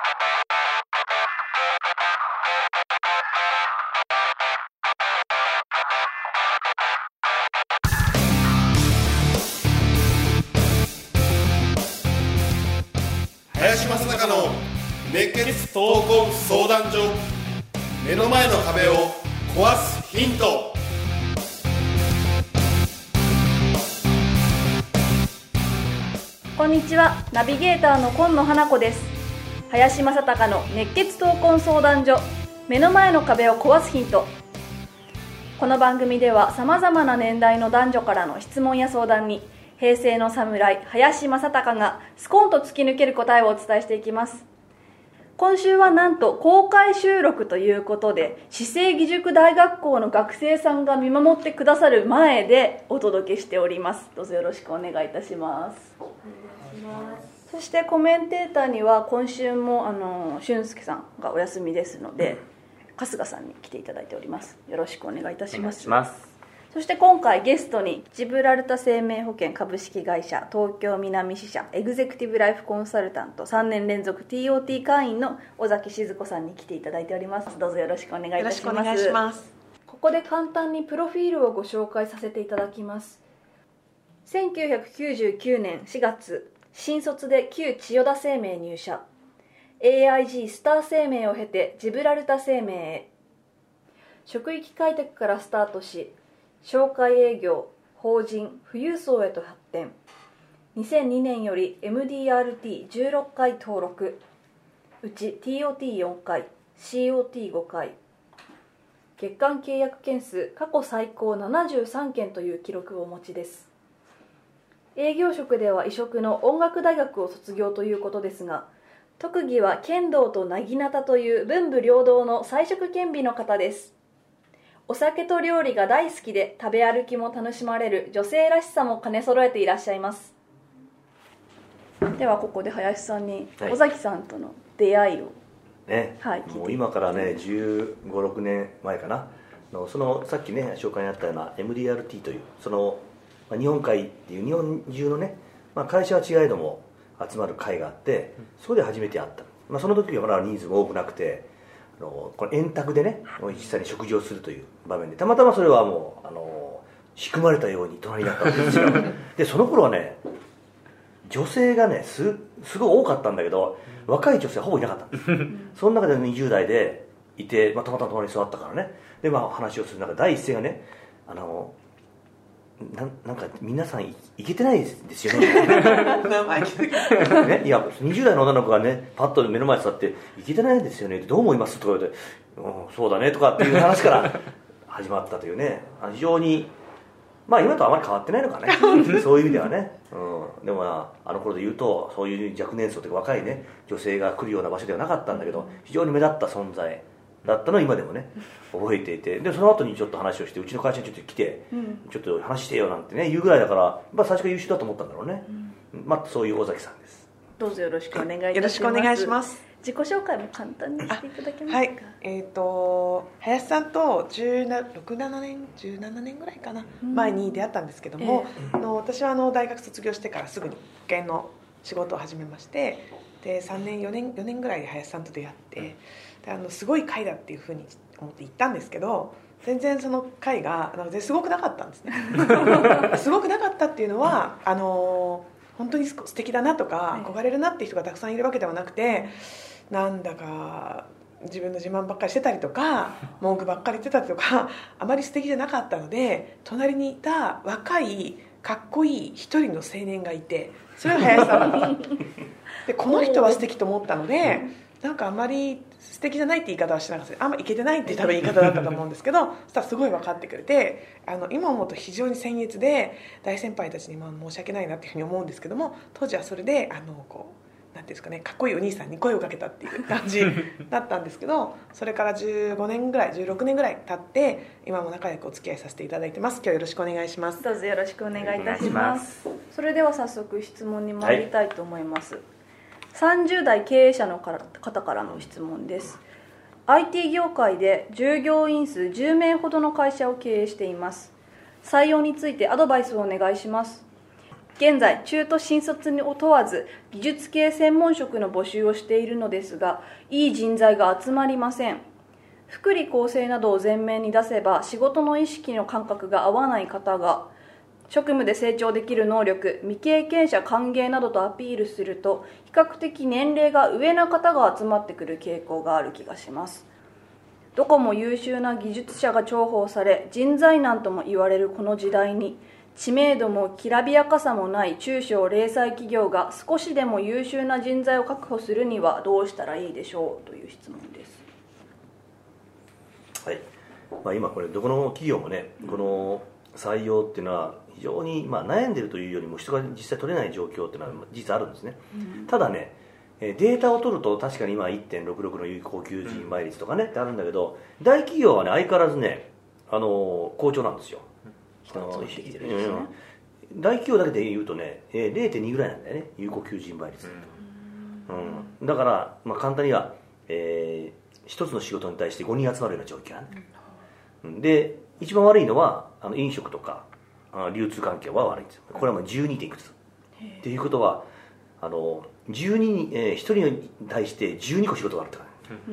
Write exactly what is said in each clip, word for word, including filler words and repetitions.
林正孝の熱血闘魂相談所。目の前の壁を壊すヒント。 こんにちは、ナビゲーターの今野花子です。林正孝の熱血闘魂相談所、目の前の壁を壊すヒント。この番組ではさまざまな年代の男女からの質問や相談に、平成の侍林正孝がスコンと突き抜ける答えをお伝えしていきます。今週はなんと公開収録ということで、市制義塾大学校の学生さんが見守ってくださる前でお届けしております。どうぞよろしくお願いいたします。お願いします。そしてコメンテーターには今週もあの俊介さんがお休みですので、春日さんに来ていただいております。よろしくお願いいたします。 お願いします。 そして今回ゲストにジブラルタ生命保険株式会社東京南支社エグゼクティブライフコンサルタントさんねん連続 ティーオーティー 会員の尾崎静子さんに来ていただいております。どうぞよろしくお願いいたします。 よろしくお願いします。 ここで簡単にプロフィールをご紹介させていただきます。せんきゅうひゃくきゅうじゅうきゅうねんしがつ、新卒で旧千代田生命入社、 エーアイジー スター生命を経てジブラルタ生命へ。職域開拓からスタートし、紹介営業、法人、富裕層へと発展。にせんにねんより エムディーアールティーじゅうろっかい登録、うち ティーオーティーよんかい、シーオーティーごかい。月間契約件数過去最高ななじゅうさんけんという記録をお持ちです。営業職では異色の音楽大学を卒業ということですが、特技は剣道と薙刀という文武両道の才色兼備の方です。お酒と料理が大好きで、食べ歩きも楽しまれる女性らしさも兼ね揃えていらっしゃいます。ではここで林さんに尾崎さんとの出会いを、 ね、 はい、 もう今からねじゅうご、ろくねんまえかなの、そのさっきね紹介にあったような エムディーアールティー というその、まあ、日本会っていう日本中のね、まあ、会社は違えども集まる会があって、そこで初めて会った、まあ、その時はまだ人数も多くなくて、あのこの円卓でね実際に食事をするという場面で、たまたまそれはもうあの仕組まれたように隣になったんですよでその頃はね女性がね す, すごい多かったんだけど、若い女性はほぼいなかったんですその中でにじゅう代でいて、まあ、たまたま隣に座ったからね、で、まあ、話をする中で第一声がね、あの な, なんか皆さん い, いけてないですよねね、いやにじゅう代の女の子がねパッと目の前に座っていけてないですよねってどう思いますとか言われて、うん、そうだねとかっていう話から始まったというね、非常にまあ今とあまり変わってないのかねそういう意味ではね、うん、でも、まあ、あの頃で言うとそういう若年層というか若いね女性が来るような場所ではなかったんだけど、非常に目立った存在だったのを今でもね覚えていて、でその後にちょっと話をして、うちの会社にちょっと来て、うん、ちょっと話してよなんてね言うぐらいだから、やっぱ最初から優秀だと思ったんだろうね、うん、まあそういう尾崎さんです。 どうぞよろしくお願いいたします。 よろしくお願いします。 自己紹介も簡単にしていただけますか。 はい、えーと林さんとじゅうろく、ななねんじゅうななねんぐらいかな、うん、前に出会ったんですけども、えー、あの私はあの大学卒業してからすぐに保険の仕事を始めまして、でさんねんよねんよねんぐらいで林さんと出会って、であのすごい会だっていうふうに思って行ったんですけど、全然その会がなんかすごくなかったんですねすごくなかったっていうのは、あの本当に素敵だなとか憧れるなっていう人がたくさんいるわけではなくて、なんだか自分の自慢ばっかりしてたりとか文句ばっかり言ってたりとかあまり素敵じゃなかったので、隣にいた若いかっこいい一人の青年がいて、それが林さんでこの人は素敵と思ったので、なんかあまり素敵じゃないって言い方はしなかったです。あんまりいけてないって多分言い方だったと思うんですけどそしたらすごい分かってくれて、あの今思うと非常に僭越で大先輩たちにまあ申し訳ないなっていうふうに思うんですけども、当時はそれであのこうなんていうんですかね、かっこいいお兄さんに声をかけたっていう感じだったんですけど、それからじゅうごねんぐらいじゅうろくねんぐらい経って今も仲良くお付き合いさせていただいてます。今日はよろしくお願いします。 どうぞよろしくお願いいたします。それでは早速質問に参りたいと思います、はい、さんじゅう代経営者の方からの質問です。 アイティー 業界で従業員数じゅうめいほどの会社を経営しています。採用についてアドバイスをお願いします。 現在中途新卒を問わず技術系専門職の募集をしているのですが、いい人材が集まりません。福利厚生などを前面に出せば仕事の意識の感覚が合わない方が、職務で成長できる能力、未経験者歓迎などとアピールすると、比較的年齢が上な方が集まってくる傾向がある気がします。どこも優秀な技術者が重宝され、人材難とも言われるこの時代に、知名度もきらびやかさもない中小零細企業が少しでも優秀な人材を確保するにはどうしたらいいでしょうという質問です。 はい、まあ、今これどこの企業もね、この採用っていうのは非常にまあ悩んでるというよりも人が実際取れない状況っていうのは実はあるんですね、うん、ただね、データを取ると確かに今 いってんろくろく の有効求人倍率とかね、うん、ってあるんだけど、大企業はね相変わらずね、あの好調なんですよ。あの大企業だけで言うとね れいてんに ぐらいなんだよね、有効求人倍率、うんうん、だから、まあ、簡単には、えー、一つの仕事に対してごにん集まるような状況なんで、うん、で一番悪いのはあの飲食とかあ流通関係は悪いんですよ。これはまあじゅうにてんいくつっていうことは、あのじゅうに、えー、ひとりに対してじゅうにこ仕事があるとか、うん、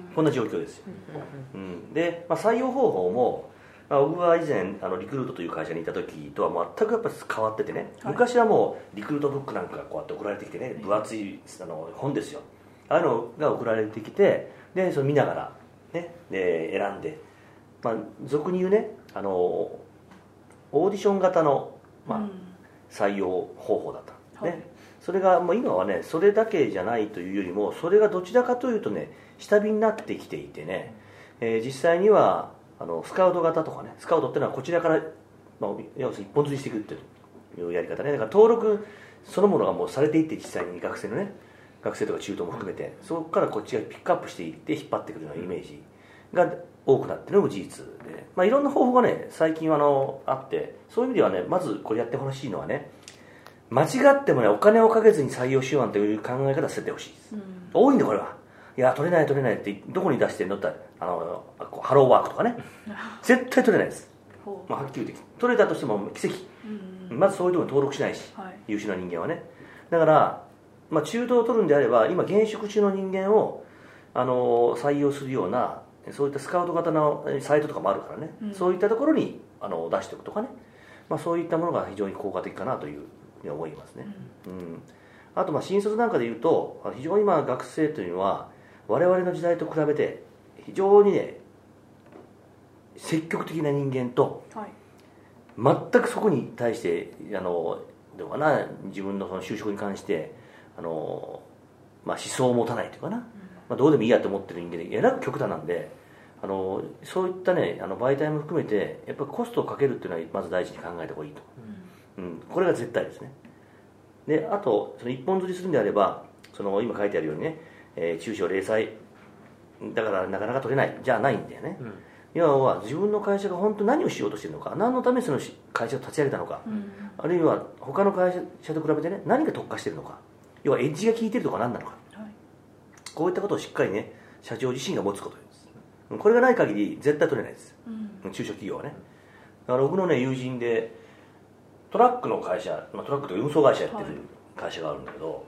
こんな状況ですよ、うん、で、まあ、採用方法も僕が以前あのリクルートという会社にいた時とは全くやっぱり変わっててね、はい、昔はもうリクルートブックなんかがこうやって送られてきてね、分厚いあの本ですよ、ああいうのが送られてきて、でそれ見ながら、ね、で選んで、まあ、俗に言うね、あのオーディション型の、まあ、採用方法だった、ね、はい、それがもう今はねそれだけじゃないというよりも、それがどちらかというとね下火になってきていてね、えー、実際にはあのスカウト型とかね、スカウトっていうのはこちらから、まあ、要するに一本釣りしていくっていうやり方ね。だから登録そのものがもうされていって、実際に学生のね、学生とか中東も含めて、そこからこっちがピックアップしていって引っ張ってくるようなイメージが多くなっているのも事実で、まあ、いろんな方法がね最近はあのあって、そういう意味ではね、まずこれやってほしいのはね、間違ってもねお金をかけずに採用しようなんていう考え方を捨ててほしいです、うん、多いんでこれは。いや取れない取れないってどこに出してんのってあのハローワークとかね絶対取れないです、まあ、はっきり言って取れたとしても奇跡、うん、まずそういうところに登録しないし、はい、優秀な人間はね。だから、まあ、中途を取るんであれば今現職中の人間をあの採用するようなそういったスカウト型のサイトとかもあるからね、うん、そういったところにあの出しておくとかね、まあ、そういったものが非常に効果的かなというふうに思いますね、うんうん、あとまあ新卒なんかでいうと非常にまあ学生というのは我々の時代と比べて非常にね積極的な人間と、はい、全くそこに対してあのどうかな、自分のその就職に関してあの、まあ、思想を持たないというかな、うん、まあ、どうでもいいやと思ってる人間でえらく極端なんで、あのそういったねあの媒体も含めてやっぱりコストをかけるっていうのはまず第一に考えた方がいいと、うんうん、これが絶対ですね。であとその一本釣りするんであればその今書いてあるようにね、えー、中小零細だからなかなか取れないじゃないんだよね、うん、要は自分の会社が本当に何をしようとしているのか、何のためにその会社を立ち上げたのか、うん、あるいは他の会社と比べてね何が特化しているのか、要はエッジが効いているとか何なのか、はい、こういったことをしっかりね社長自身が持つことです。これがない限り絶対取れないです、うん、中小企業はね。だから僕のね友人でトラックの会社、まあ、トラックとか運送会社やってる会社があるんだけど、はい、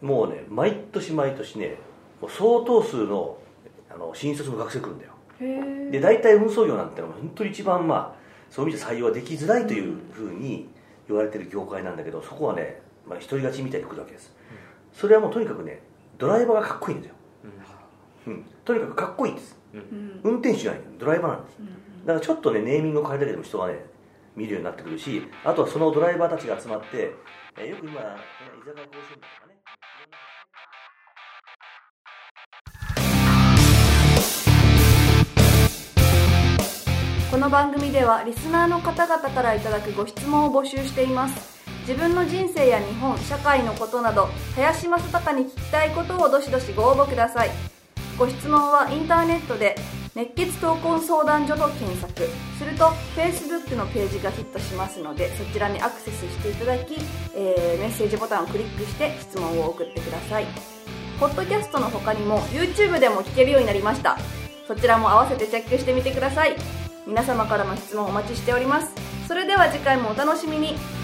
もうね毎年毎年ねもう相当数のあの新卒の学生来るんだよ。へで大体運送業なんてのは本当に一番まあそういう意味で採用はできづらいというふうに言われてる業界なんだけど、そこはね、まあ、一人勝ちみたいに来るわけです、うん、それはもうとにかくねドライバーがかっこいいんだよ、うんうん、とにかくかっこいいんです、うん、運転手じゃないドライバーなんです、うん、だからちょっとねネーミングを変えるだけでも人がね見るようになってくるし、あとはそのドライバーたちが集まって、えー、よく今居酒屋甲子園とかねこの番組ではリスナーの方々からいただくご質問を募集しています。自分の人生や日本、社会のことなど林正孝に聞きたいことをどしどしご応募ください。ご質問はインターネットで熱血闘魂相談所と検索すると Facebook のページがヒットしますので、そちらにアクセスしていただき、えー、メッセージボタンをクリックして質問を送ってください。ポッドキャストの他にも YouTube でも聞けるようになりました。そちらも合わせてチェックしてみてください。皆様からの質問お待ちしております。それでは次回もお楽しみに。